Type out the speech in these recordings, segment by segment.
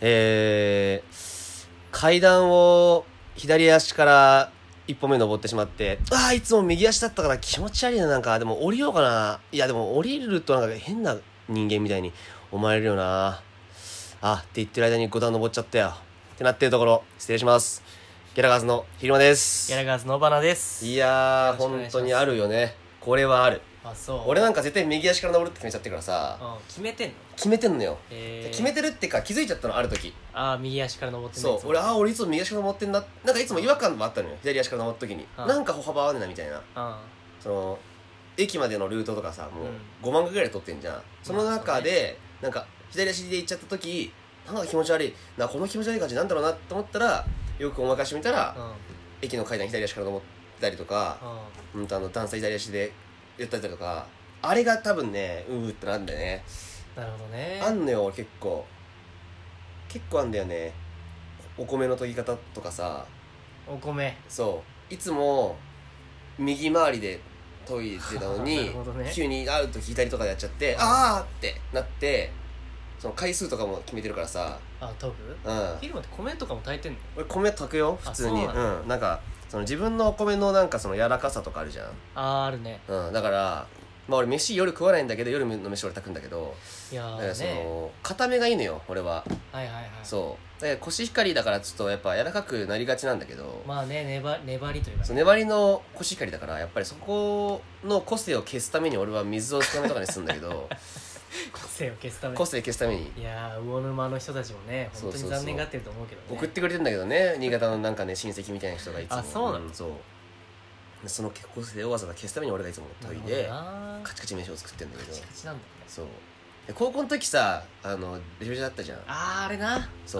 階段を左足から一歩目登ってしまって、いつも右足だったから気持ち悪いな。なんかでも降りようかな。いやでも降りるとなんか変な人間みたいに思われるよな。って言ってる間に5段登っちゃったよってなってるところ、失礼します。ギャラガーズの昼間です。 ギャラガーズのバナです。 いやー本当にあるよね、これはある。 そう。 俺なんか絶対右足から登るって決めちゃってるからさ、 決めてんの？ 決めてんのよ。決めてるってか気づいちゃったの、ある時。 右足から登ってんの。そう、俺いつも右足から登ってんな。なんかいつも違和感もあったのよ、左足から登った時に。なんか歩幅合わねえなみたいな。その駅までのルートとかさ、もう5万ぐらい取ってんじゃん。その中でなんか左足で行っちゃった時、なんか気持ち悪いな、この気持ち悪い感じなんだろうなと思ったら、よくおまかしてみたら、駅の階段左足から登ったりとか、段差左足でやったりとか、あれが多分ね、ってなんだよね。 なるほどね。 あんのよ、結構あんだよね。お米の研ぎ方とかさ。 お米。 そう。いつも右回りで研いでたのに、ね、急にあると左とかでやっちゃって、ってなって、その回数とかも決めてるからさ。 研ぐ？昼間って米とかも炊いてんの？ 俺米炊くよ、普通に。なんかその自分のお米のなんかその柔らかさとかあるじゃん。 あるね。 だから俺飯夜食わないんだけど、夜の飯俺炊くんだけど、 いやー、 だからその固めがいいのよ俺は。そうだからコシヒカリだからちょっとやっぱ柔らかくなりがちなんだけど、 まあね、粘りというか、 そう粘りのコシヒカリだから、やっぱりそこの個性を消すために俺は水を少なめとかにするんだけど個性を消すために。 個性消すために。 いやー、魚沼の人たちもね、本当に残念がってると思うけどね。 送ってくれてんだけどね、新潟のなんかね親戚みたいな人がいつも。 そうなの？ そう。その個性をわざわざ消すために俺がいつも研いでカチカチ飯を作ってんだけど。 カチカチなんだね。 そう。高校の時さ、レベルだったじゃん。 あれな。 そう。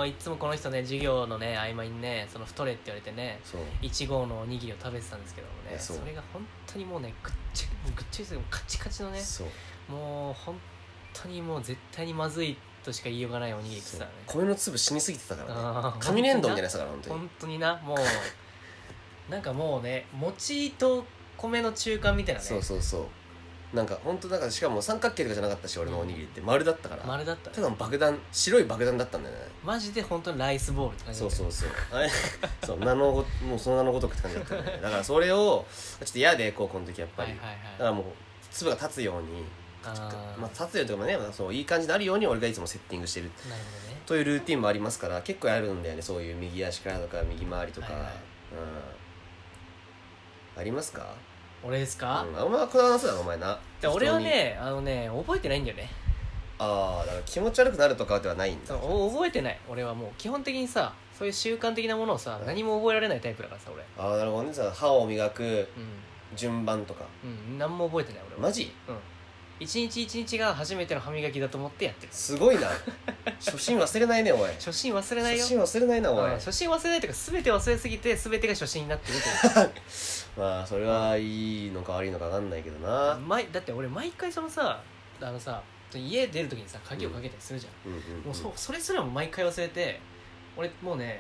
いつもこの人ね、授業のね合間にね、その太れって言われてね、1号のおにぎりを食べてたんですけどもね、それが本当にもうね、ぐっちゃカチカチのね、もう本当にもう絶対にまずいとしか言いようがないおにぎり食ってたね。 米の粒死にすぎてたからね。紙粘土みたいなやつだから本当に。 本当にな、もうなんかもうね、餅と米の中間みたいなね。 そうなんか本当だから、しかも三角形とかじゃなかったし、俺のおにぎりって丸だったから。 丸だったね。 ただの爆弾、白い爆弾だったんだよね。 マジで本当にライスボールって感じだった。 そうあれそうもうその名のごとくって感じだったね。だからそれをちょっと嫌で、高校の時やっぱり、だからもう粒が立つように、立つようとかもね、そういい感じになるように俺がいつもセッティングしてるというルーティンもありますから、結構やるんだよね、そういう右足からとか右回りとか。ありますか？ 俺ですか？ あんまこだわらなそうだなお前な。 俺はね、覚えてないんだよね。 だから気持ち悪くなるとかではないんだ。 覚えてない。俺はもう基本的にさ、そういう習慣的なものをさ、何も覚えられないタイプだからさ、俺。 なるほどね。歯を磨く順番とか。 何も覚えてない俺は。 マジ？ 一日一日が初めての歯磨きだと思ってやってる。 すごいな。初心忘れないねおい。 初心忘れないよ。 初心忘れないなおい。 初心忘れないというか、全て忘れすぎて全てが初心になってるという。 まあそれはいいのか悪いのか分かんないけどな。 だって俺毎回そのさ、家出るときにさ鍵をかけたりするじゃん。もうそれすらも毎回忘れて、俺もうね、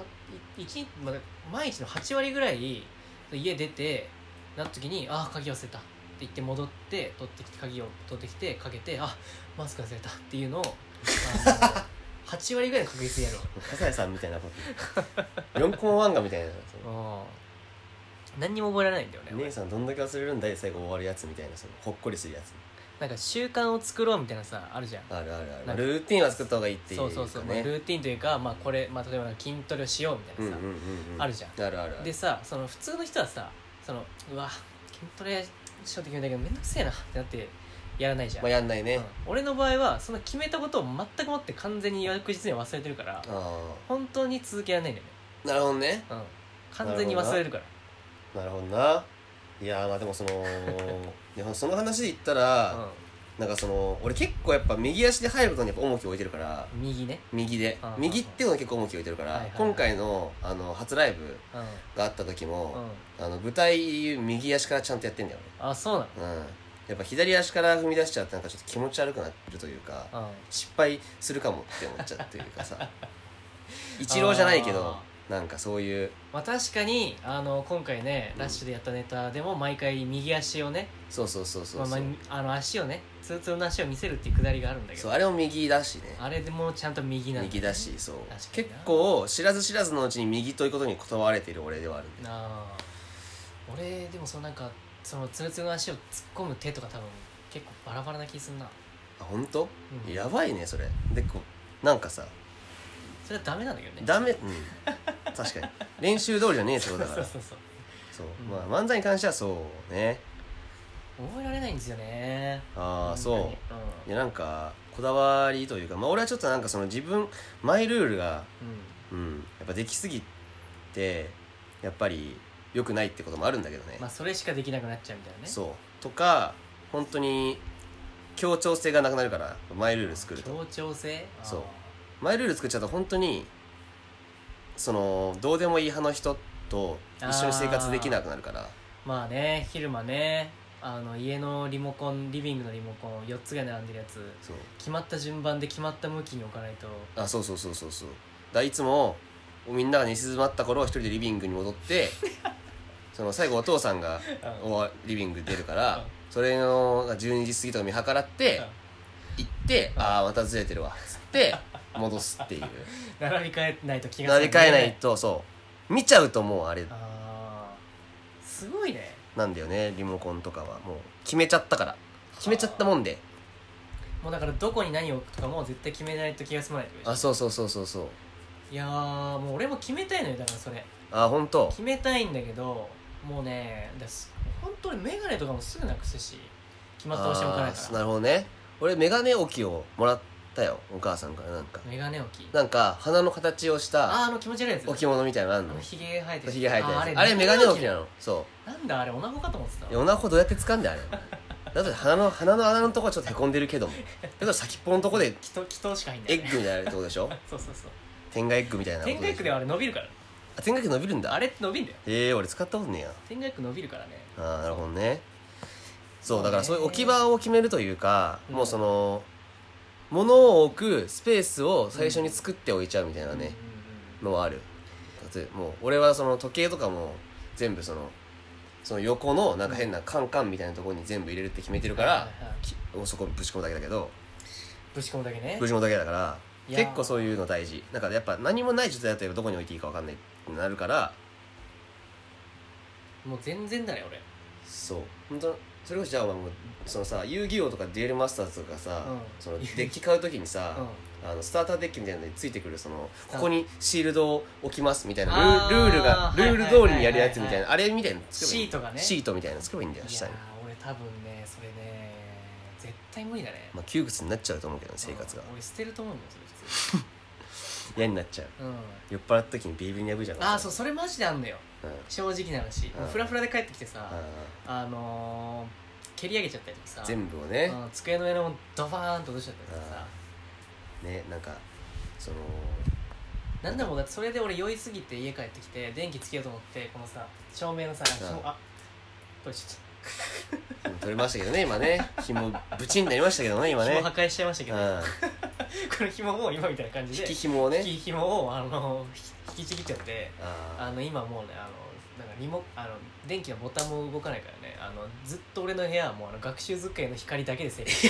毎日の8割ぐらい家出てなった時に、鍵忘れたって言って戻って鍵を取ってきてかけて、マスク忘れたっていうのを8割ぐらいの確率でやるわ。 笠谷さんみたいなこと4コマ漫画みたいな。 何にも覚えられないんだよね。 姉さんどんだけ忘れるんだい、最後終わるやつみたいな、そのほっこりするやつ。 なんか習慣を作ろうみたいなさ、あるじゃん。 あるルーティンは作った方がいいっていうかね。 そう、ルーティンというか、これ、例えば筋トレをしようみたいなさ、あるじゃん。 あるでさ、その普通の人はさ、うわ筋トレしようって決めたけどめんどくせえなってなってやらないじゃん。 やんないね。 俺の場合はその決めたことを全くもって完全に翌日には忘れてるから、本当に続けられないんだよね。 なるほどね。 完全に忘れるから。 なるほどな。いやでもその話で言ったら、なんか俺結構やっぱ右足で入ることにやっぱ重きを置いてるから。右で右っていうのに結構重きを置いてるから、今回の初ライブがあった時も、舞台右足からちゃんとやってんだよね。 そうなの。 やっぱ左足から踏み出しちゃって、なんかちょっと気持ち悪くなるというか、失敗するかもって思っちゃうというかさ、イチローじゃないけどなんかそういうまあ確かに今回ねラッシュでやったネタでも毎回右足をね、 そうそうそうそう、 まあ、足をねツルツルの足を見せるっていうくだりがあるんだけど、 そうあれも右だしね、 あれでもちゃんと右なんだ、ね、 右だし、そう結構知らず知らずのうちに右ということにこだわれている俺ではあるんで、 俺でもそのなんかそのツルツルの足を突っ込む手とか多分結構バラバラな気すんな。 あ、本当？ うん、 やばいねそれで、なんかさ、 それはダメなんだけどね。 ダメ、うん確かに練習通りじゃねえってことだからそう、 うん、まあ漫才に関してはそうね、 覚えられないんですよね。 そう、いやなんかこだわりというか、まあ俺はちょっとなんかその自分マイルールがやっぱできすぎてやっぱり良くないってこともあるんだけどね、 まあそれしかできなくなっちゃうみたいなね。 そうとか本当に協調性がなくなるから、マイルール作ると協調性、 そうマイルール作っちゃうと本当にそのどうでもいい派の人と一緒に生活できなくなるから。 まあね、昼間ね家のリモコン、リビングのリモコン4つが並んでるやつ、そう決まった順番で決まった向きに置かないと。 そうだいつもみんなが寝静まった頃一人でリビングに戻ってその最後お父さんがリビング出るからそれの12時過ぎとか見計らって行ってまたずれてるわっつって戻すっていう並び替えないと気が並び替えないと、そう見ちゃうともうあれすごいね。 なんだよね、リモコンとかはもう決めちゃったから、決めちゃったもんで、 もうだからどこに何を置くとかも絶対決めないと気が済まないってことでしょ。そういやーもう俺も決めたいのよ。だからそれ本当決めたいんだけど、もうね本当にメガネとかもすぐなくすし、決まった場所に置かないから。 なるほどね。俺メガネ置きをもらったよ、お母さんから。なんかメガネ置きなんか鼻の形をした気持ち悪いやつ、 置物みたいなのあるの。 ひげ生えてる、 ひげ生えてるやつ、あれメガネ置きなの。そうなんだあれ、オナホかと思ってた。 オナホどうやって掴んであれだって鼻の穴のとこはちょっとへこんでるけども、だから先っぽのとこで気筒しか入んない、 エッグみたいなってことでしょそう天下エッグみたいな。 天下エッグではあれ伸びるから。 天下エッグ伸びるんだ。 あれって伸びんだよ。 俺使ったことねえや。 天下エッグ伸びるからね。 なるほどね。そうだからそういう置き場を決めるというか、もうその物を置くスペースを最初に作っておいちゃうみたいなね、のはある。だってもう俺はその時計とかも全部その横のなんか変なカンカンみたいなところに全部入れるって決めてるから、そこにぶち込むだけだけど、 ぶち込むだけね、 ぶち込むだけだから結構そういうの大事。なんかやっぱ何もない状態だったらどこに置いていいか分かんないってなるから、 もう全然だね俺。 そう本当それこそじゃあもうそのさ、遊戯王とかデュエルマスターズとかさ、そのデッキ買うときにさ、スターターデッキみたいなのについてくるここにシールドを置きますみたいなルール通りにやるやつみたいな、あれみたいなの作ればいい。 シートがね、 シートみたいなの作ればいいんだよ。下に俺多分ねそれね絶対無理だね。 まあ窮屈になっちゃうと思うけど、生活が。 俺捨てると思うんだよそれ普通嫌になっちゃう。酔っ払った時にビリビリに破るじゃん。 そうそれマジであんのよ、正直な話。フラフラで帰ってきてさ、蹴り上げちゃったりとかさ、 全部をね、 机の上のドバーンと落としちゃったりとかさね、なんかそのなんだもん。だってそれで俺酔いすぎて家帰ってきて電気つけようと思って、このさ照明のさ紐これちょっと取れましたけどね今ね、紐ブチになりましたけどね今ね、 紐破壊しちゃいましたけど、この紐も今みたいな感じで引き紐をね、 引き紐を引きちぎっちゃって、今もうねなんか電気のボタンも動かないからね、ずっと俺の部屋はもう学習机の光だけで生活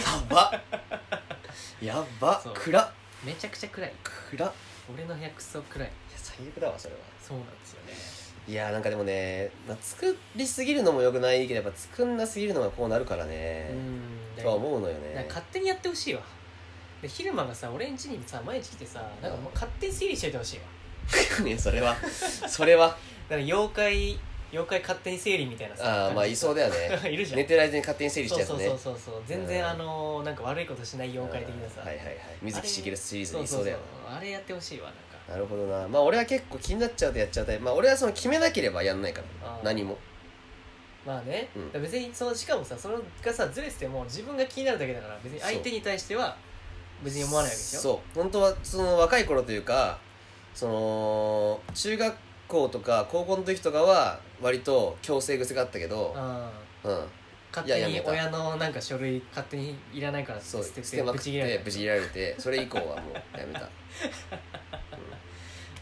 やば暗っ、 めちゃくちゃ暗い。 暗っ、 俺の部屋クソ暗い。いや最悪だわそれは。 そうなんですよね。 いやなんかでもね、作りすぎるのもよくないけど、やっぱ作んなすぎるのがこうなるからね、とは思うのよね。 勝手にやってほしいわ。で昼間がさ俺ん家にさ毎日来てさ、なんかもう勝手に整理しといてほしいわね、それはだから妖怪勝手に整理みたいなさ、 まあいそうだよねいるじゃん。 寝てる間に勝手に整理しちゃうとね。 そう全然なんか悪いことしない妖怪的なさ、 水木しげるシリーズにいそうだよな。あれやってほしいわ。なんかなるほどな。まあ俺は結構気になっちゃうとやっちゃうタイプ。まあ俺は決めなければやんないから何も。 まあね、別にしかもさそれがさずれてても自分が気になるだけだから、別に相手に対しては別に思わないわけでしょ。 そう本当は若い頃というか、中学校とか高校の時とかは割と強制癖があったけど、 勝手に親のなんか書類勝手にいらないからって捨ててまくってブチ切られて、それ以降はもうやめた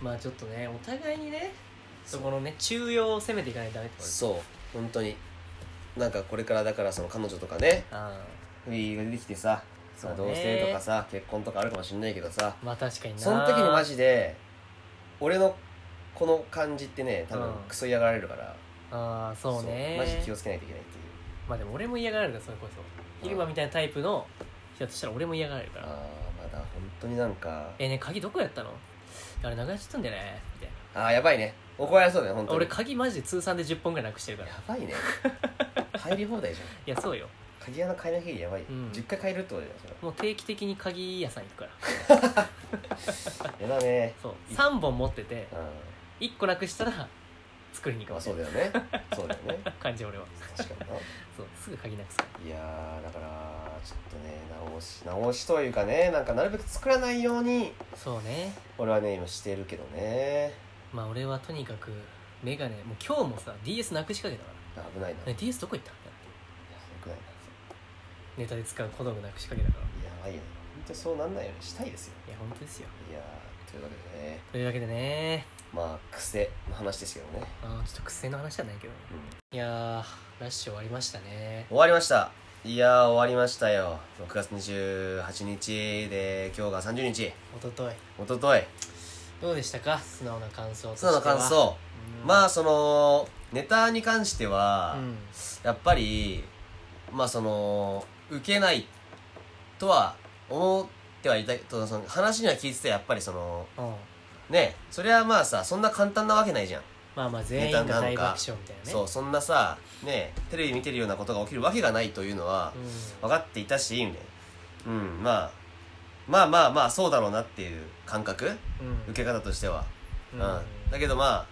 まあちょっとねお互いにねそこのね中庸を攻めていかないとダメってことです。 そう本当になんかこれからだからその彼女とかね不意が出てきてさ、まあ、同棲とかさ結婚とかあるかもしれないけどさ、 まあ確かにな、 その時にマジで俺のこの感じってね多分クソ嫌がられるから、 ああそうね、 マジ気をつけないといけないっていう。 まあでも俺も嫌がられるからそれこそ昼間みたいなタイプの人だとしたら俺も嫌がられるから。 ああまだ本当になんかね鍵どこやったのあれなくなっちゃったんだよねみたいな。 ああやばいね怒られそうだよ本当に。 俺鍵マジで通算で10本ぐらいなくしてるから。 やばいね入り放題じゃん。 いやそうよ鍵屋の買いの日やばい、10回買えるってことだよそれ。 もう定期的に鍵屋さん行くからやだね。 そう3本持ってて、1個なくしたら作りに行くわ。 そうだよねそうだよね感じ俺は確かになそうすぐ鍵なくすから。 いやだからちょっとね直しというかねなんかなるべく作らないようにそうね俺はね今してるけどね。 まあ俺はとにかくメガネもう今日もさ DS なくしかけたから。 危ないな、ね、 DS どこ行ったんだよくないな。 ネタで使う小道具なくしかけたから。 やばいよね本当にそうなんないようにしたいですよ。 いや本当ですよ。 いやというわけでねまあ癖の話ですけどね。 ちょっと癖の話じゃないけど、いやラッシュ終わりましたね。 終わりました。いや終わりましたよ。6月28日で今日が30日。おとといどうでしたか素直な感想としては。 素直な感想、まあそのネタに関しては、やっぱりまあその受けないとは思ってはいたけど、その話には聞いててやっぱりその、ねそれはまあさそんな簡単なわけないじゃん。 まあ全員が大爆笑みたいなね。 そうそんなさねテレビ見てるようなことが起きるわけがないというのは分かっていたし、まあそうだろうなっていう感覚、受け方としては、だけどま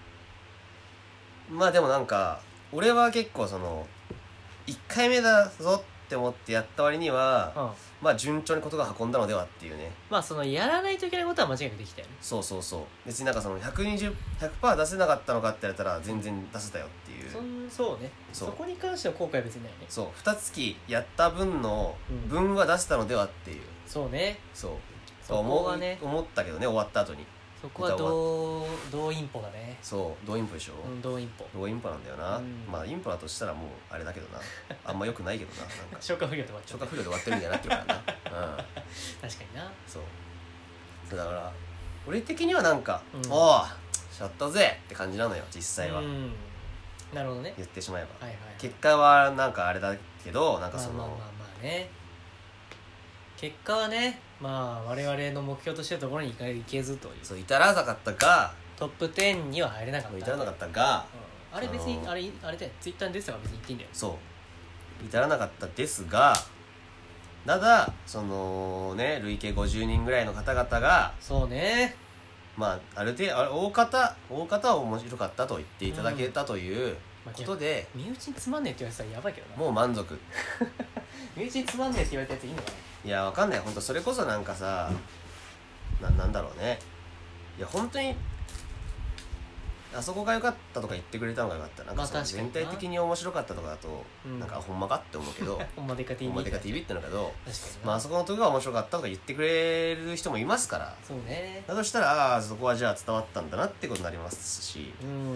あでもなんか俺は結構その1回目だぞって思ってやった割には、まあ順調にことが運んだのではっていうね。 まあそのやらないといけないことは間違いなくできたよね。 そう別になんかその 100% 出せなかったのかって言われたら全然出せたよっていう。 そうね。そこに関しては後悔は別にないね。 そう2月やった分の分は出せたのではっていう、 そうね。 そうそこはね思ったけどね終わった後に。 そこは同インポだね。 そう同インポでしょ。 同インポなんだよな、まあインポだとしたらもうあれだけどなあんま良くないけどな。なんか消化不良で終わっちゃう。 消化不良で終わってるんじゃなってるからな確かにな。 そうだから俺的にはなんかおおしゃったぜって感じなのよ実際は。 なるほどね。 言ってしまえば、結果はなんかあれだけどなんかそのまあね結果はねまあ我々の目標としてるところに行けずという。 そう至らなかったがトップ10には入れなかった。 至らなかったが、 あれ別にあれでツイッターに出てたから別に言っていいんだよ。 そう至らなかったですが、ただそのね累計50人ぐらいの方々がそうねまあある程度大方は面白かったと言っていただけたということで、 身内につまんねえって言われてたらやばいけどな。 もう満足身内につまんねえって言われたやついいのかな。 いやわかんない本当それこそなんかさなんだろうね。いや本当にあそこが良かったとか言ってくれたのが良かった。なんか全体的に面白かったとかだと、なんかほんまかって思うけどほんまでか TV ってのだけど、まああそこのとこが面白かったとか言ってくれる人もいますから、 そうね。 だとしたらそこはじゃあ伝わったんだなってことになりますし、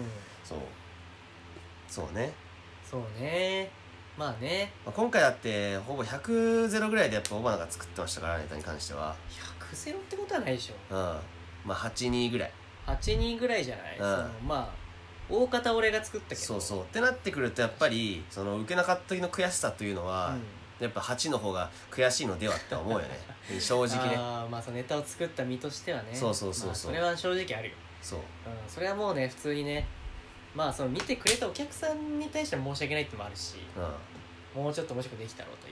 そうねまあね、今回だってほぼ100ゼロぐらいでやっぱオバナが作ってましたからネタに関しては。 100ゼロってことはないでしょ。 まあ82ぐらい 8人ぐらいじゃない、まあ大方俺が作ったけど。 そうってなってくるとやっぱりその受けなかった時の悔しさというのは、やっぱ8の方が悔しいのではって思うよね正直ね。 まあそのネタを作った身としてはね。 そう、 それは正直あるよ。それはもうね普通にねまあその見てくれたお客さんに対しては申し訳ないってのもあるし、もうちょっと面白くできたろうという、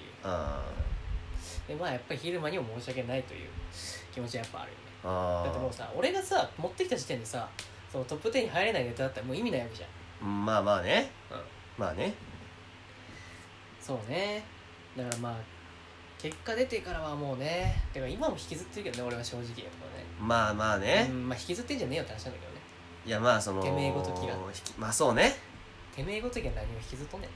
でまあやっぱり昼間にも申し訳ないという気持ちはやっぱあるよね。だってもうさ俺がさ持ってきた時点でさそのトップ10に入れないネタだったらもう意味ないわけじゃん。 まあね、 そうね。だからまあ結果出てからはもうねだから今も引きずってるけどね俺は正直やとかね。 まあね、 まあ引きずってんじゃねえよって話なんだけどね。 いやまあそのてめえごときがまあそうねてめえごときが何を引きずっとんねんと。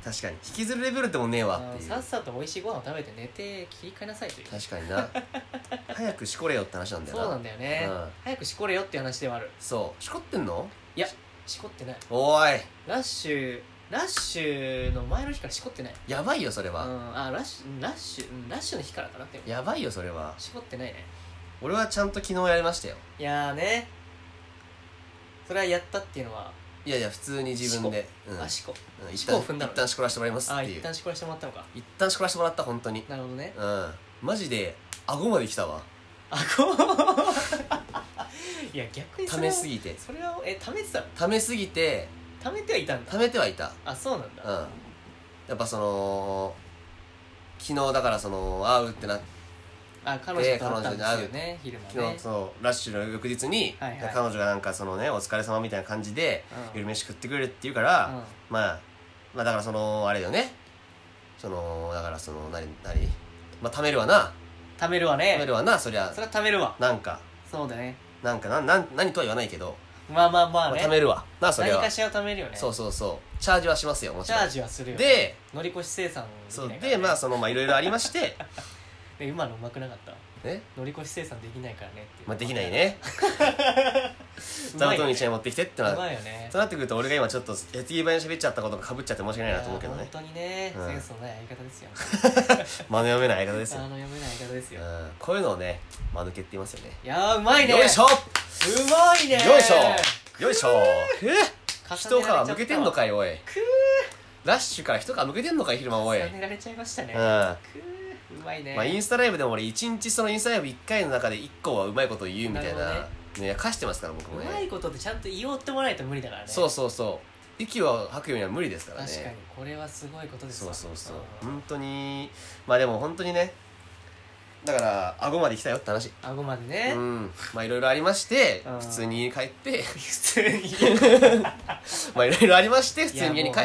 確かに引きずるレベルってもんねえわっていう。 さっさと美味しいご飯を食べて寝て切り替えなさいという。 確かにな早くしこれよって話なんだよな。 そうなんだよね、早くしこれよって話ではある。 そうしこってんの？ いやしこってない。 おーいラッシュの前の日からしこってない。 やばいよそれは。 ラッシュの日からかなって。 やばいよそれは。 しこってないね。 俺はちゃんと昨日やりましたよ。 いやーね、それはやったっていうのは。 いや普通に自分でしこ一旦しこらせてもらいますっていう。 一旦しこらせてもらったのか。 一旦しこらせてもらった。本当に。 なるほどね。 マジで顎まで来たわ。 顎いや逆にためすぎて。 それはためてたの？ ためすぎて。 ためてはいたんだ。 ためてはいた。 あ、そうなんだ。 やっぱ昨日だから会うってなって、 彼女と会ったんですよね、昼間ね。 昨日ラッシュの翌日に、彼女がなんかお疲れ様みたいな感じで夜飯食ってくれるって言うから、まあだからあれだよね、だからまあ貯めるわな。 貯めるわね。 貯めるわな、そりゃ。 それは貯めるわ。 なんかそうだね。 なんか何とは言わないけど、 まあね、 貯めるわな、それは。 何かしら貯めるよね。 そうチャージはしますよ、もちろん。 チャージはするよ。 で乗り越し生産そうで、まあいろいろありまして今のうまくなかった？乗り越し生産できないからねっていう。 まあできないね。座布団に1枚持ってきてってなる。そうなってくると俺が今ちょっと矢継ぎ早に喋っちゃったことがかぶっちゃって申し訳ないなと思うけどね。 本当にね、センスのない相方ですよ。 間の読めない相方ですよ。 読めない相方ですよ。 こういうのをね、間抜けって言いますよね。 いやー、うまいね。 よいしょ。うまいね。 よいしょよいしょ。一皮むけてんのかいおい。ラッシュから一皮むけてんのかい昼間おい。 重ねられちゃいましたね。うまいね。 まあインスタライブでも俺1日インスタライブ1回の中で1個はうまいこと言うみたいなね、課してますから僕もね。 うまいことってちゃんと言おうってもらえないと無理だからね。 そう息を吐くようには無理ですからね。 確かにこれはすごいことですわ。 そう本当に。まあでも本当にね、だから顎まで来たよって話。 顎までね。 まあいろいろありまして普通に家に帰って普通にまあいろいろありまして普通に家に帰って、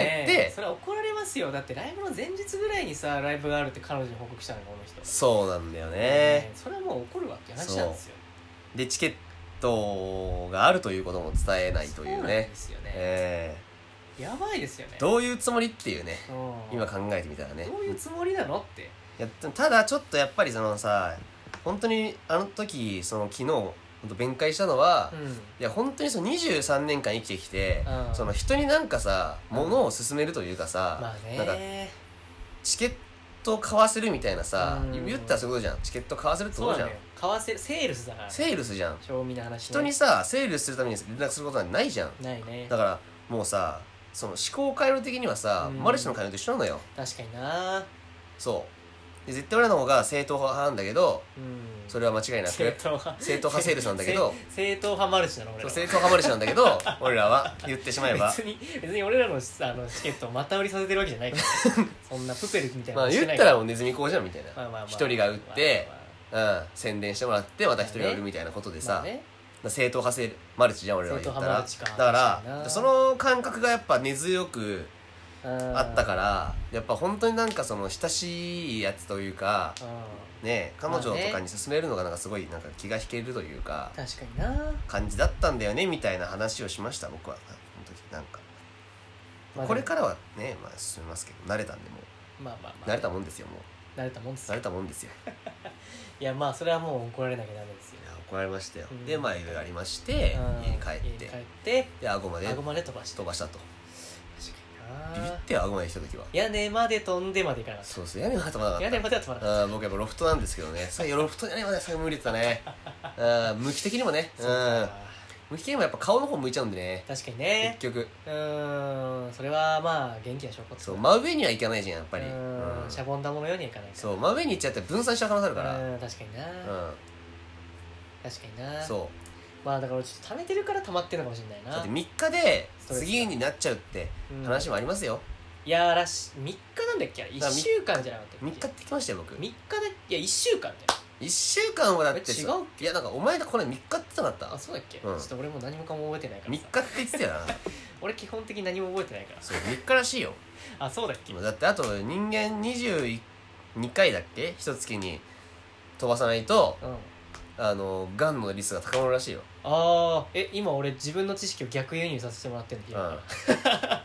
それは怒られますよ。だってライブの前日ぐらいにさ、ライブがあるって彼女に報告したのこの人。 そうなんだよね。 それはもう怒るわって話なんですよ。 でチケットがあるということも伝えないというね。そうなんですよね。やばいですよね。 どういうつもりっていうね、今考えてみたらね。 どういうつもりなのって。 ただちょっとやっぱり本当にあの時昨日弁解したのは、いや本当に23年間生きてきて、人になんかさ物を勧めるというかさ、なんかチケット買わせるみたいなさ、言ったらそういうことじゃん。チケット買わせるってことじゃん。 買わせる、セールスだから。 セールスじゃん。 賞味の話。 人にさセールスするために連絡することなんてないじゃん。 ないね。 だからもうさ思考回路的にはさ、マルシェの回路と一緒なのよ。 確かにな。 そうで絶対俺の方が正統派なんだけど、それは間違いなく正統派セールスなんだけど正統派マルシなの俺らは。 正統派マルシなんだけど俺らは言ってしまえば別に俺らのチケットをまた売りさせてるわけじゃないからそんなプペルみたいなのしてないから。言ったらもうネズミ講じゃんみたいな。一人が売って宣伝してもらってまた一人が売るみたいなことでさ、正統派マルチじゃん俺らは言ったら。だからその感覚がやっぱ根強くあったから、やっぱ本当になんか親しいやつというかね、彼女とかに勧めるのがなんかすごいなんか気が引けるというか、 確かにな感じだったんだよねみたいな話をしました僕は。本当になんかこれからはね進みますけど、慣れたんでもう慣れたもんですよ。もう慣れたもんですよいやそれはもう怒られなきゃダメですよ。 怒られましたよ。でいろいろありまして家に帰ってで顎まで飛ばしたと。ビビって顎まで来た時は屋根まで飛んでまでいかなかった。 そう屋根まで飛ばなかった。 屋根までは飛ばなかった。 僕やっぱロフトなんですけどね、最後ロフト屋根まで最後無理だったね向き的にもね、向き的にもやっぱ顔の方向いちゃうんでね。 確かにね。 結局それは元気な証拠。 そう真上にはいかないじゃんやっぱり。 シャボン玉のようにはいかないから。 そう真上に行っちゃって分散しちゃう可能性あるから。 確かにな。確かにな。 そうだからちょっと溜めてるから溜まってるのかもしれないな。 だって3日で次になっちゃうって話もありますよ。 いや3日なんだっけ、1週間じゃなかったっけ。 3日って言ってましたよ僕。 3日でいや1週間だよ。 1週間はだって違うっけ。 いやなんかお前がこれ3日って言ってなかった。 あ、そうだっけ。ちょっと俺も何もかも覚えてないから 3日って言ってたよな俺基本的に何も覚えてないから。 そう3日らしいよ。 あ、そうだっけ。 だってあと人間22回だっけ一月に飛ばさないとがんのリスクが高まるらしいよ。 今俺自分の知識を逆輸入させてもらってんの今から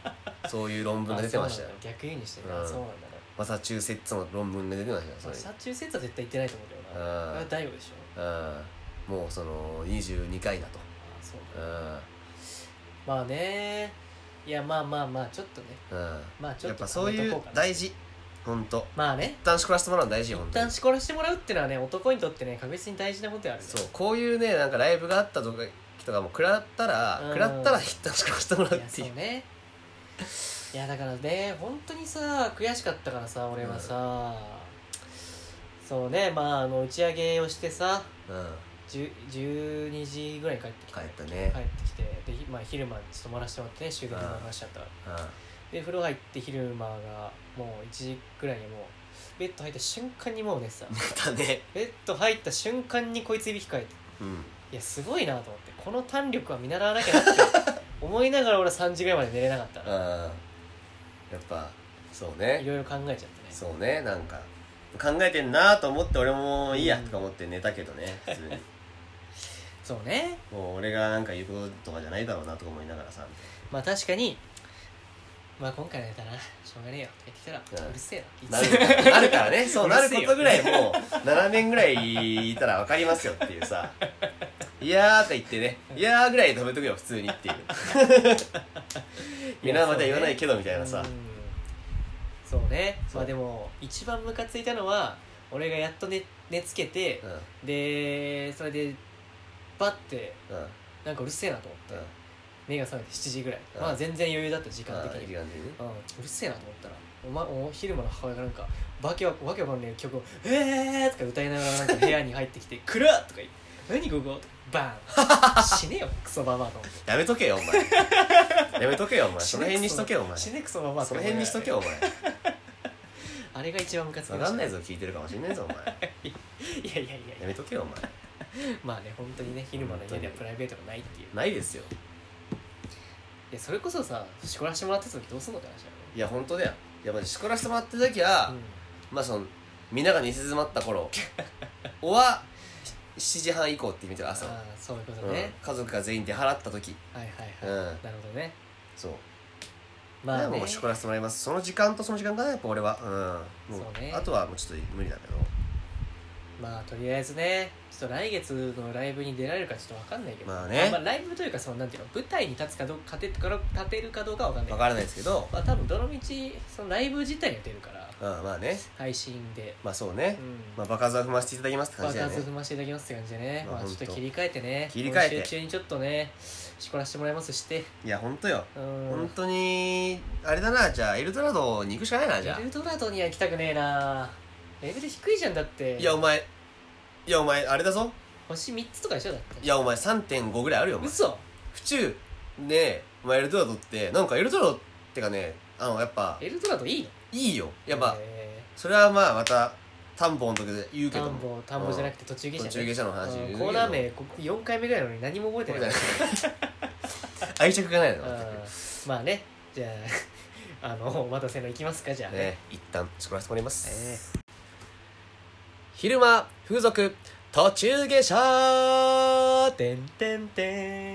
そういう論文が出てましたよ。 逆輸入してるな、そうなんだね。 マサチューセッツの論文で出てましたよ。 マサチューセッツは絶対行ってないと思うけどな。あれ大悟でしょ。もうその22回だと。 そうだ。まあね、いやまあちょっとね、まあちょっとやっぱそういう大事、本当。 まあね、 一旦しこらせてもらうの大事よ。 一旦しこらせてもらうってのはね、男にとってね確実に大事なことやる。 そう、こういうねなんかライブがあった時とかも食らったら一旦しこらせてもらうっていう。 そうね。いやだからね、本当にさ悔しかったからさ、俺はさ、そうね、まあ打ち上げをしてさ、12時ぐらいに帰ってきて、帰ってきて、で、まあ、昼間に泊まらせてもらってね、終電で回しちゃったから、で風呂入って昼間がもう1時ぐらいにもうベッド入った瞬間にもう寝てた。 寝たね。 ベッド入った瞬間にこいついびきかいて、いやすごいなと思って、この胆力は見習わなきゃなって思いながら俺は3時ぐらいまで寝れなかった。 やっぱそうね、 いろいろ考えちゃってね。 そうね、なんか考えてんなと思って俺もいいやとか思って寝たけどね、普通にそうね、 もう俺がなんか言うこととかじゃないだろうなとか思いながらさ、 まあ確かに、まあ今回のネタなしょうがねえよって言ってきたら、うるせえななるからね、そうなることぐらいもう7年ぐらいいたら分かりますよっていうさいやーって言ってね、いやーぐらいで止めとくよ普通にっていうみんなまた言わないけどみたいなさ。 そうね、まあでも一番ムカついたのは俺がやっと寝つけて、でそれでバッてなんかうるせえなと思って、目が覚めて7時ぐらい、まあ全然余裕だった時間的に、うるせえなと思ったら、お昼間の母親がなんかわけわかんない曲を「とか歌いながらなんか部屋に入ってきて「くらっ!」とか言って「何ここ?」バーン死ねよクソババアと思って、 やめとけよお前やめとけよお前、その辺にしとけよお前、 死ねクソババア、 その辺にしとけよお前あれが一番ムカつきました。 分かんないぞ、聞いてるかもしんないぞお前いややめとけよお前まあね、本当にね、昼間の家ではプライベートがないっていう。 ないですよ。 いやそれこそさ、しこらしてもらってた時どうすんのって話だよ。 いや本当だよ。いやまじしこらしてもらってた時は、まあそのみんなが寝静まった頃おは7時半以降って意味では朝、 そういうことね、 家族が全員出払った時、 なるほどね。そう、 まあね、もうしこらせてもらいます。その時間とその時間かな、やっぱ俺は。もうあとはもうちょっと無理だけど、 まあとりあえずね、ちょっと来月のライブに出られるかちょっと分かんないけど、 まあね、 ライブというかそのなんていうの、舞台に立つかどうか立てるかどうかは分かんない。 分からないですけど、 まあ多分どの道そのライブ自体には出るから、 まあね、 配信で、 まあそうね、まあ場数は踏ませていただきますって感じだね。 場数踏ませていただきますって感じでね、まあちょっと切り替えてね、 切り替えて今週中にちょっとねしこらせてもらいますして。 いや本当よ、本当にあれだな、じゃあエルドラドに行くしかないな。じゃあエルドラドには行きたくねえな、レベル低いじゃん。だっていやお前あれだぞ、 星3つとかでしょ。だっていやお前 3.5 ぐらいあるよお前。 嘘。 府中ね、お前エルドラドってなんかエルドラドってかね、やっぱエルドラドいいの？ いいよやっぱ、それはまあまた田んぼの時で言うけども、 田んぼじゃなくて途中下車ね、 途中下車の話コーナー名4回目ぐらいなのに何も覚えてない愛着がないの。 まあね、じゃあお待たせの行きますか。じゃあね、 一旦しこらせてもらいます。昼間風俗途中下車てんてんて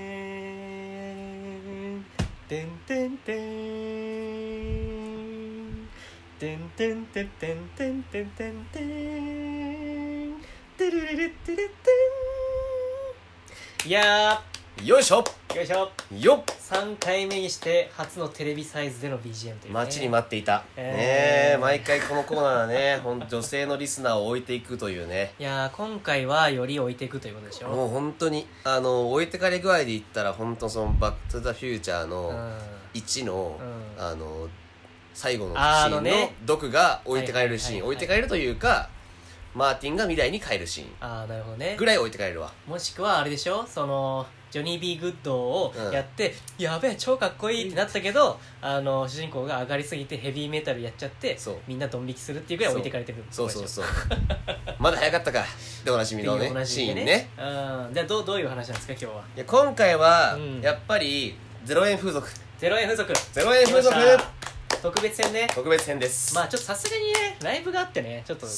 んてんてんてんてんてんてんてんてんてんてんてんてんてるるるってるってん。いやー、よいしょよいしょよっ、 3回目にして初のテレビサイズでの BGM というね、 待ちに待っていた、毎回このコーナーはね女性のリスナーを置いていくというね。 いやー今回はより置いていくということでしょ。 もう本当に置いてかれ具合で言ったら本当そのバックトゥザフューチャーの1の、最後のシーンのドクが置いてかれるシーン、置いてかれるというかマーティンが未来に帰るシーンなるほどねぐらい置いてかれるわ。 もしくはあれでしょ、そのジョニー・ビー・グッドをやって、やべえ超かっこいいってなったけど、主人公が上がりすぎてヘビーメタルやっちゃってみんなドン引きするっていうぐらい置いてかれてる。 そうまだ早かったかでおなじみのねシーンね。 じゃあどういう話なんですか今日は。 いや今回は、やっぱり0円風俗 0円風俗特別編ね。 特別編です。 まあちょっとさすがにねライブがあってね、ちょっとね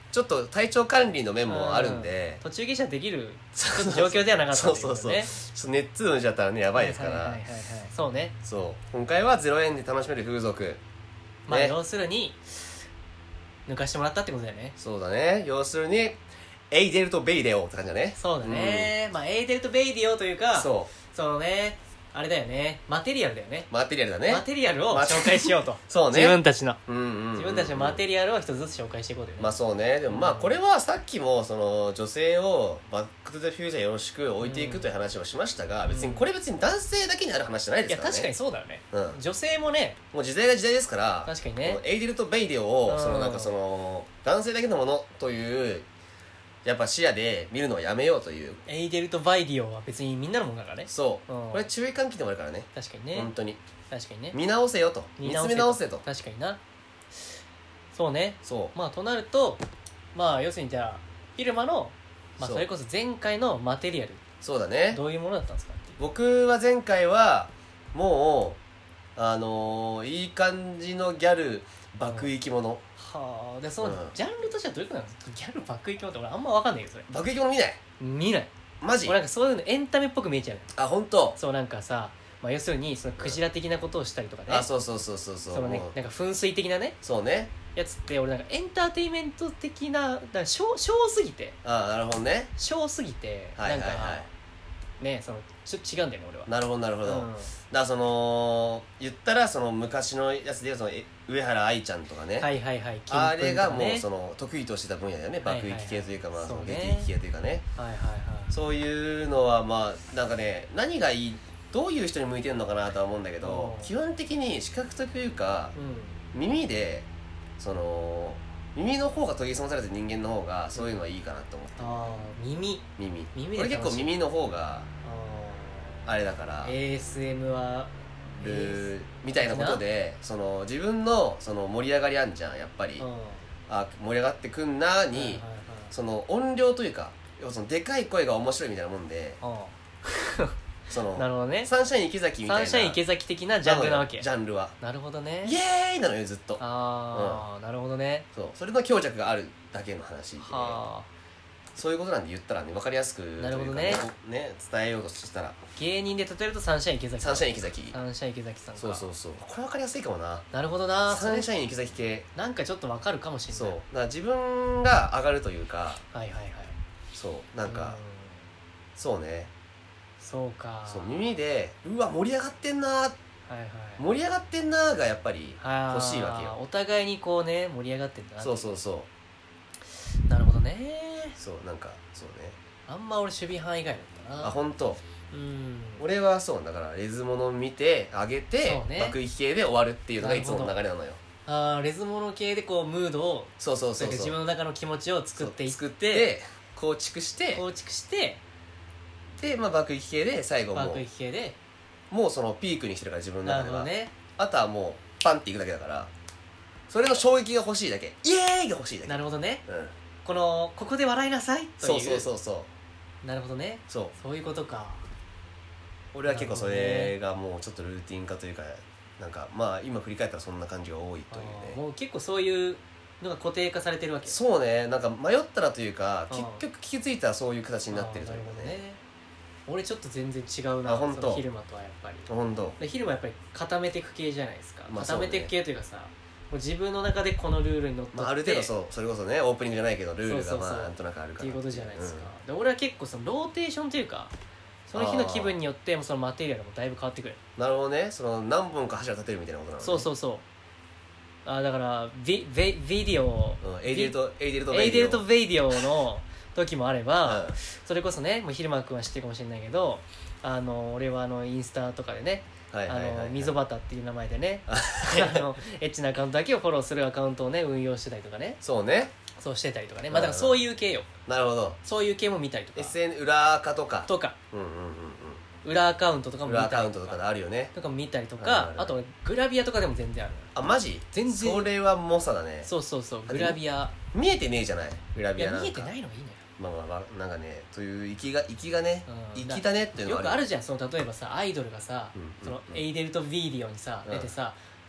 ちょっと体調管理の面もあるんで、 途中下車できるちょっと状況ではなかったんだけどね。 そうちょっと熱飲んじゃったらねやばいですから、 そうね。 そう今回は0円で楽しめる風俗、 まあ要するに抜かしてもらったってことだよね。 そうだね。要するにエイデルとベイデオって感じだね。 そうだね、まあエイデルとベイデオというか、そのねあれだよね、マテリアルだよね。 マテリアルだね。 マテリアルを紹介しようとそうね、 自分たちの、自分たちのマテリアルを一つずつ紹介していこうというね。 まあそうね。でもまあこれはさっきもその女性をバックトゥザフューチャーよろしく置いていくという話をしましたが、別にこれ別に男性だけにある話じゃないですからね。 いや確かにそうだよね、女性もね、 もう時代が時代ですから、 確かにね、 エイデルとベイデオをそのなんかその男性だけのものというやっぱ視野で見るのはやめようという。 エイデルとバイディオは別にみんなのものだからね。 そう、これ注意喚起でもあるからね。 確かにね、 本当に確かにね、 見直せよと、見つめ直せと。 確かにな。そうね。 そうまあとなると、まあ要するにじゃあフィルマの、まあ、それこそ前回のマテリアル、 そうだね、 どういうものだったんですかっていう。 僕は前回はもういい感じのギャル爆生き物、 はあ。でそのジャンルとしてはどういうことなんですか。ギャル爆生き物って俺あんま分かんないけど、それ爆生き物見ない。マジ？ 俺なんかそういうのエンタメっぽく見えちゃう。 あ、本当？ そうなんかさ、まあ、要するにそのクジラ的なことをしたりとかね、 あ、そうそのね、なんか噴水的なね、 そうね、 やつって俺なんかエンターテインメント的な、だから小すぎて、 あ、なるほどね、 小すぎて、なんかね、そのちょっと違うんだよね俺は。 なるほどなるほど、だからその言ったらその昔のやつでその上原愛ちゃんとかね、あれがもうその得意としてた分野だよね、爆撃系というか、まあその撃系というかね、そういうのはまあなんかね、何がいい、どういう人に向いてるのかなとは思うんだけど、基本的に視覚というか、耳でその耳の方が研ぎ澄まされた人間の方がそういうのはいいかなと思ってる。 ああ、耳これ結構耳の方があれだから ASM はみたいなことで、その自分のその盛り上がりあんじゃんやっぱり、あ、盛り上がってくんなに、その音量というか、そのでかい声が面白いみたいなもんで、そのなるほどね、 サンシャイン池崎みたいな、 サンシャイン池崎的なジャンルなわけ。 ジャンルはなるほどね、 イエーイなのよずっと。 ああ、なるほどね。 そう、それの強弱があるだけの話で、そういうことなんで言ったらね、分かりやすく、 なるほどね、 伝えようとしたら、 芸人で例えるとサンシャイン池崎さん。 サンシャイン池崎さんか。 そうこれ分かりやすいかもな。 なるほどな、 サンシャイン池崎系なんかちょっと分かるかもしれない。 そうだから自分が上がるというか、そうなんか、そうね、 そうか、 そう耳でうわ盛り上がってんな、盛り上がってんながやっぱり欲しいわけよ。 お互いにこうね、盛り上がってんだな。 そうなるほどね。 そうなんかそうね、 あんま俺守備範囲外だったな。 あ、本当。俺はそうだからレズモノ見てあげて、爆撃系で終わるっていうのがいつもの流れなのよ。 ああ、レズモノ系でこうムードを、 そう自分の中の気持ちを作って構築してで、まあ爆撃系で最後もうそのピークにしてるから自分の中では、あとはもうパンっていくだけだから、それの衝撃が欲しいだけ、イエーイが欲しいだけ。 なるほどね、ここで笑いなさいという。そうなるほどね、そういうことか。 俺は結構それがもうちょっとルーティン化というか、なんかまあ今振り返ったらそんな感じが多いというね。 もう結構そういうのが固定化されてるわけ。 そうね、なんか迷ったらというか、結局気づいたらそういう形になってるというかね。 俺ちょっと全然違うな、そのヒルマとはやっぱり。 本当。 ヒルマやっぱり固めていく系じゃないですか。固めていく系というかさ、もう自分の中でこのルールにのっとって、 ある程度それこそね、オープニングじゃないけどルールがまあなんとなくあるからっていうことじゃないですか。で俺は結構そのローテーションというか、その日の気分によってそのマテリアルもだいぶ変わってくる。 なるほどね、その何本か柱立てるみたいなことなのね。 そうあ、だからビデオ、 エイデルとベイデオの時もあれば、それこそね、もう昼間くんは知ってるかもしれないけど、俺はインスタとかでね、溝端っていう名前でねエッチなアカウントだけをフォローするアカウントをね運用してたりとかね。そうしてたりとかね、まあだからそういう系よ。 なるほど。 そういう系も見たりとか、 SN 裏垢とか裏アカウントとかも見たりとか、 裏アカウントとかであるよね、 とかも見たりとか、あとグラビアとかでも全然ある。 あ、マジ？ 全然。 それは猛者だね。 そうグラビア見えてねえじゃない、グラビアなんか。 見えてないのがいいのよ。 まあなんかね、そういう息がね、息だねっていうのがよくあるじゃん。その例えばさ、アイドルがさ、そのエイデルとビデオにさ出てさ、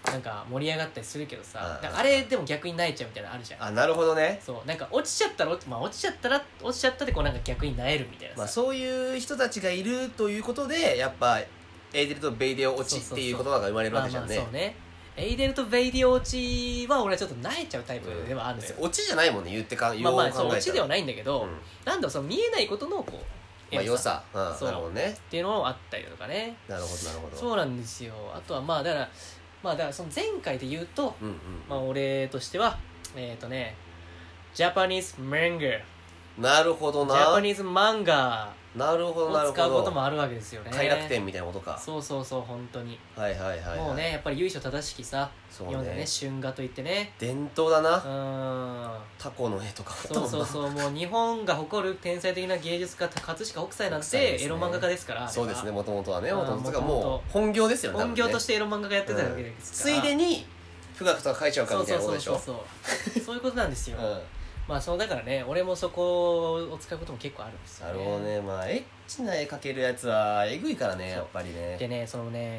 なんか盛り上がったりするけどさ、あれでも逆に泣いちゃうみたいなのあるじゃん。 あ、なるほどね。 そうなんか落ちちゃったら落ちちゃったでこうなんか逆に萎えるみたいなさ、 そういう人たちがいるということでやっぱエイデルとベイデオ落ちっていう言葉が生まれるわけじゃんね。 そうね、エイデルとベイデオ落ちは俺はちょっと泣いちゃうタイプではあるんだよ。 落ちじゃないもんね、言ってかまあまあそう落ちではないんだけど、なんだろう、その見えないことのこう良さ、なるほどねっていうのもあったりとかね。 なるほどなるほど。 そうなんですよ。あとはだからその前回で言うと、俺としてはジャパニーズ漫画、 なるほどな、 ジャパニーズ漫画なるほどなるほど、 を使うこともあるわけですよね。 快楽天みたいなことか。 そう本当に。 はいはいはい、 もうねやっぱり由緒正しきさ、 そうね、 読んでね春画といってね、 伝統だな。タコの絵とかそうもう日本が誇る天才的な芸術家葛飾北斎なんてエロ漫画家ですから。 そうですね、もともとはね、もともとがもう本業ですよね。 本業としてエロ漫画家やってたわけですから、 ついでに富岳とか書いちゃうかみたいなことでしょ。 そういうことなんですよ。まあだからね、俺もそこを使うことも結構あるんですよね。 なるほどね。まあエッチな絵描けるやつはえぐいからね、やっぱりね。 でね、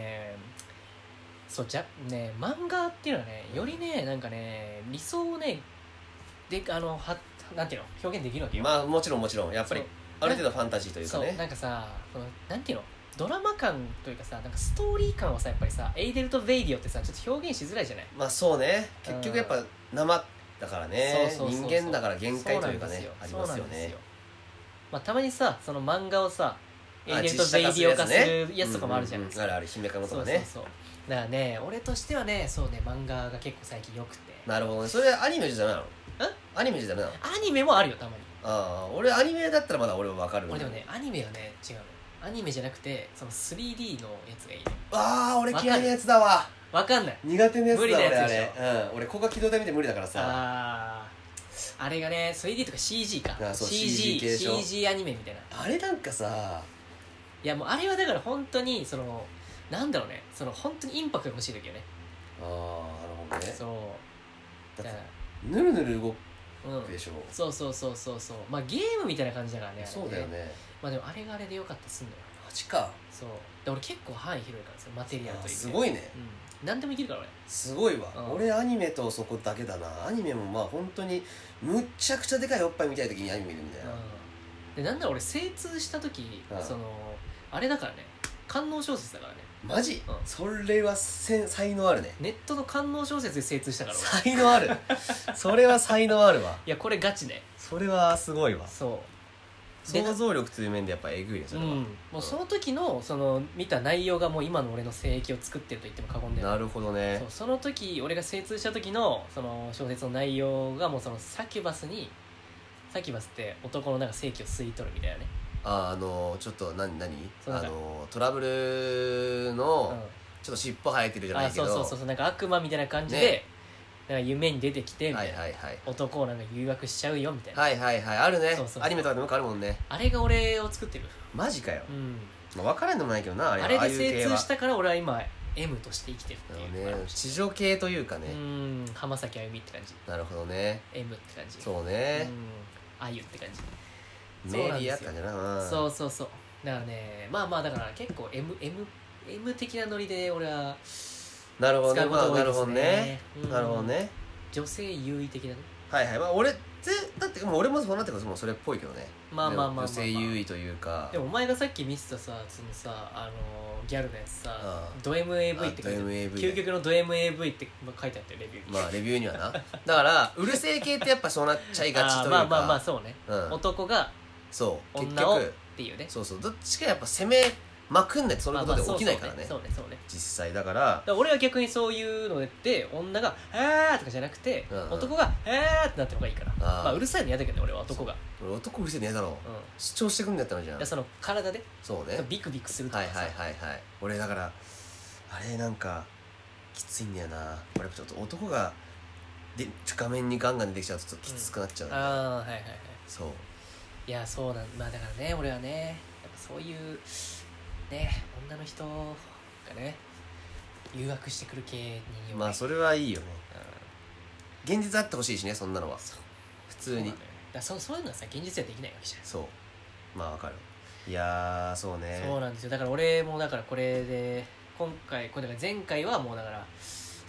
漫画っていうのはね、よりねなんかね理想をねでなんていうの表現できるわけよ。 まあもちろんやっぱりある程度ファンタジーというかね。 そうなんかさ、なんていうの、ドラマ感というかさ、なんかストーリー感はさ、やっぱりさエイデルとベイディオってさちょっと表現しづらいじゃない。 まあそうね、結局やっぱ生だからね、人間だから限界というかね、ありますよね。 まあたまにさその漫画をさエイデルとベイディオ化するやつとかもあるじゃないですか。 ある姫カノとかね。 だからね、俺としてはね、漫画が結構最近良くて。 なるほどね。それアニメじゃダメなの？アニメじゃダメなの？ アニメもあるよたまに。 ああ、俺アニメだったらまだ俺は分かる。 俺でもね、アニメはね違うの。アニメじゃなくてその 3D のやつがいいの。 ああ、俺嫌いなやつだわ。 分かんない。 苦手なやつだ。 無理なやつでしょ。俺高画機動隊見て無理だからさ。 あれがね 3D とか CG か。CG アニメみたいな。 あれなんかさ、 いやもうあれはだから本当になんだろうね、本当にインパクトが欲しい時よね。 ああ、なるほどね。 そうだからぬるぬる動くでしょ。 そうまあゲームみたいな感じだからね。 そうだよね。 まあでもあれがあれでよかったりすんのよ。 マジか。 そうで俺結構範囲広いからさ、マテリアルというすごいね。 何でもいけるから俺。 すごいわ。俺アニメとそこだけだな。アニメもまあ本当にむっちゃくちゃでかいおっぱい見たい時にアニメ見るみたいな。 でなんだ俺精通した時あれだからね、官能小説だからね。 マジ？それは才能あるね。 ネットの官能小説で精通したから俺。 才能ある。それは才能あるわ。 いやこれガチで。 それはすごいわ。 そう。 想像力という面でやっぱえぐいねそれは。 もうその時の見た内容がもう今の俺の性域を作ってると言っても過言ではない。 なるほどね。 その時俺が精通した時の小説の内容がもうサキュバスって男のなんか性器を吸い取るみたいなね。 ちょっと何トラブルのちょっと尻尾生えてるじゃないけど、 そうなんか悪魔みたいな感じでなんか夢に出てきてみたいな、男をなんか誘惑しちゃうよみたいな。 はいあるね。アニメとかでもあるもんね。 あれが俺を作ってる。 マジかよ。分からんでもないけどな。 あれで精通したから俺は今 M として生きてるっていう。 地上系というかね。 浜崎あゆみって感じ。 なるほどね。 M って感じ。 そうね。 あゆって感じ。 メディアって感じだな。 そうだからね、まあだから結構 M 的なノリで俺はなるほどね。 なるほどね。 なるほどね。 女性優位的なね。 はいまあ俺だってもう俺もそうなってくるともうそれっぽいけどね。 まあ女性優位というか。 でもお前がさっき見せたさギャルのやつさ、ド MAV って書いてある。究極のド MAV って書いてあってレビューに。 まあレビューにはな。だからうるせえ系ってやっぱそうなっちゃいがちというか。 まあそうね。男が女をっていうね。 そうどっちかやっぱ攻めまくんないとそのことで起きないからね。 そうね実際だから俺は逆にそういうので女が「あー」とかじゃなくて男が「あー」ってなってる方がいいから。まあうるさいの嫌だけどね俺は男が。 俺男うるせえの嫌だろ。主張してくんだったのじゃん。 体でそうねビクビクするとかさ。 はい俺だからあれなんかきついんだよな。俺ちょっと男が画面にガンガン出てきちゃうとちょっときつくなっちゃう。そういやそうなんまあだからね俺はねやっぱそういうね女の人がね誘惑してくる系にまあそれはいいよね。現実あってほしいしねそんなのは。普通にそういうのはさ現実はできないわけじゃん。 そうまあわかる。いやそうね。 そうなんですよ。だから俺もこれで今回だから前回はもうだから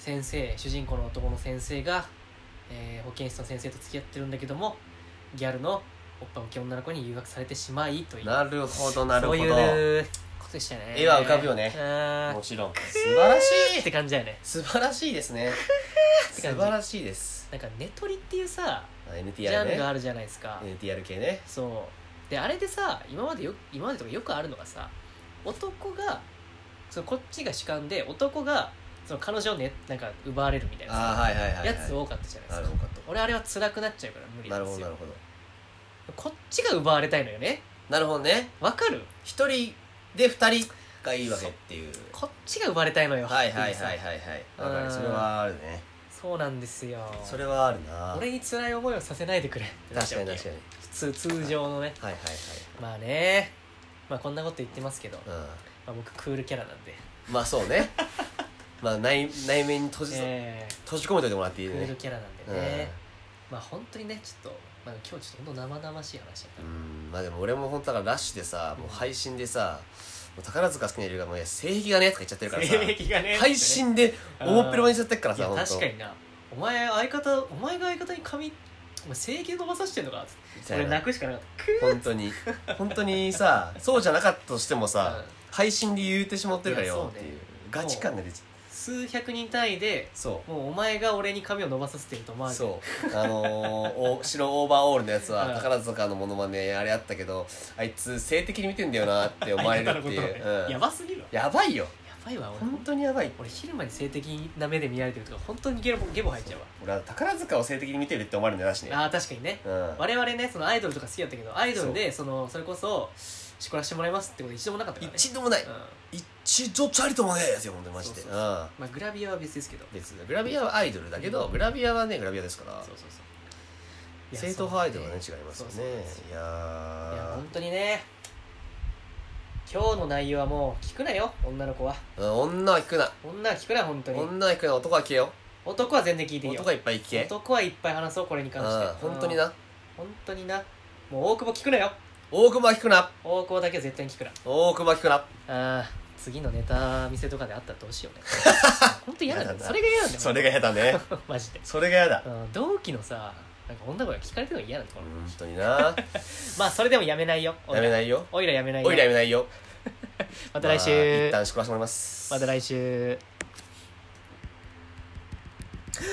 先生、主人公の男の先生が、保健室の先生と付き合ってるんだけども、ギャルのおっぱい大きい女の子に誘惑されてしまいという、 なるほどなるほど、 そういうことでしたね。 絵は浮かぶよね、もちろん。素晴らしいって感じだよね。 素晴らしいですね素晴らしいです。 なんかネトリっていうさ、 NTR ジャンルがあるじゃないですか。 NTR 系ね。 そうで、あれでさ、今までとかよくあるのがさ、男がこっちが主観で、男がその彼女をね、なんか奪われるみたいなやつ多かったじゃないですか。俺あれは辛くなっちゃうから無理なんですよ。なるほどなるほど。こっちが奪われたいのよね。 なるほどね。 わかる？ 一人で二人がいいわけっていう。 こっちが奪われたいのよ。 はいはいはいはいはい。わかる。それはあるね。 そうなんですよ。 それはあるな。 俺に辛い思いをさせないでくれ。 確かに確かに。 通常のね。 はいはいはい。 まあね、まあこんなこと言ってますけど、まあ僕クールキャラなんで。 まあそうね。まあ内面に閉じ込めといてもらっていいね。 クールキャラなんでね。まあ本当にね、ちょっと、まあ、今日ちょっと本当生々しい話だった。 まあでも俺も本当だからラッシュでさ、もう配信でさ、もう宝塚好きな理由がもう性癖がねとか言っちゃってるからさ、 性癖がね配信で大っぺろにしちゃってるからさ。 確かにな。お前が相方に髪、お前性癖伸ばさしてんのかって。俺泣くしかなかった。 本当にさ、そうじゃなかったとしてもさ、配信で言うてしまってるからよっていうガチ感が出ちゃう。 数百人単位で、もうお前が俺に髪を伸ばさせてると思われてる。 そう白オーバーオールのやつは宝塚のモノマネあれあったけど、あいつ性的に見てんだよなって思われるっていう、 やばすぎるわ。 やばいよ。 やばいわ。 本当にやばい。 俺昼間に性的な目で見られてるとか本当にゲボ入っちゃうわ。 俺は宝塚を性的に見てるって思われるんだよなしね。 ああ確かにね、我々ね、そのアイドルとか好きだったけど、アイドルでそれこそしこらしてもらいますってこと一度もなかったからね。 一度もない、一度ちゃりともねえやつよ本当にマジで。 まあグラビアは別ですけど、 グラビアはアイドルだけど、グラビアはねグラビアですから。正統派アイドルはね違いますよね。いや本当にね、今日の内容はもう聞くなよ、女の子は。 女は聞くな。 女は聞くな、本当に。 女は聞くな。男は聞けよ。 男は全然聞いていいよ。 男はいっぱい聞け。 男はいっぱい話そう、これに関して。 本当にな。 本当にな。もう大久保聞くなよ。 大久保は聞くな。 大久保だけは絶対に聞くな。 大久保は聞くな。 ああ、次のネタ見せとかであったらどうしようね。本当嫌なんだ。それが嫌なんだよ。 それが嫌だね。 マジで。 それが嫌だ。 同期のさ、なんか女の子が聞かれてるのが嫌なんだ。 本当にな。 まあそれでもやめないよ。 やめないよ。 おいらやめないよ。 おいらやめないよ。 また来週。 一旦しこらせてもらいます。 また来週。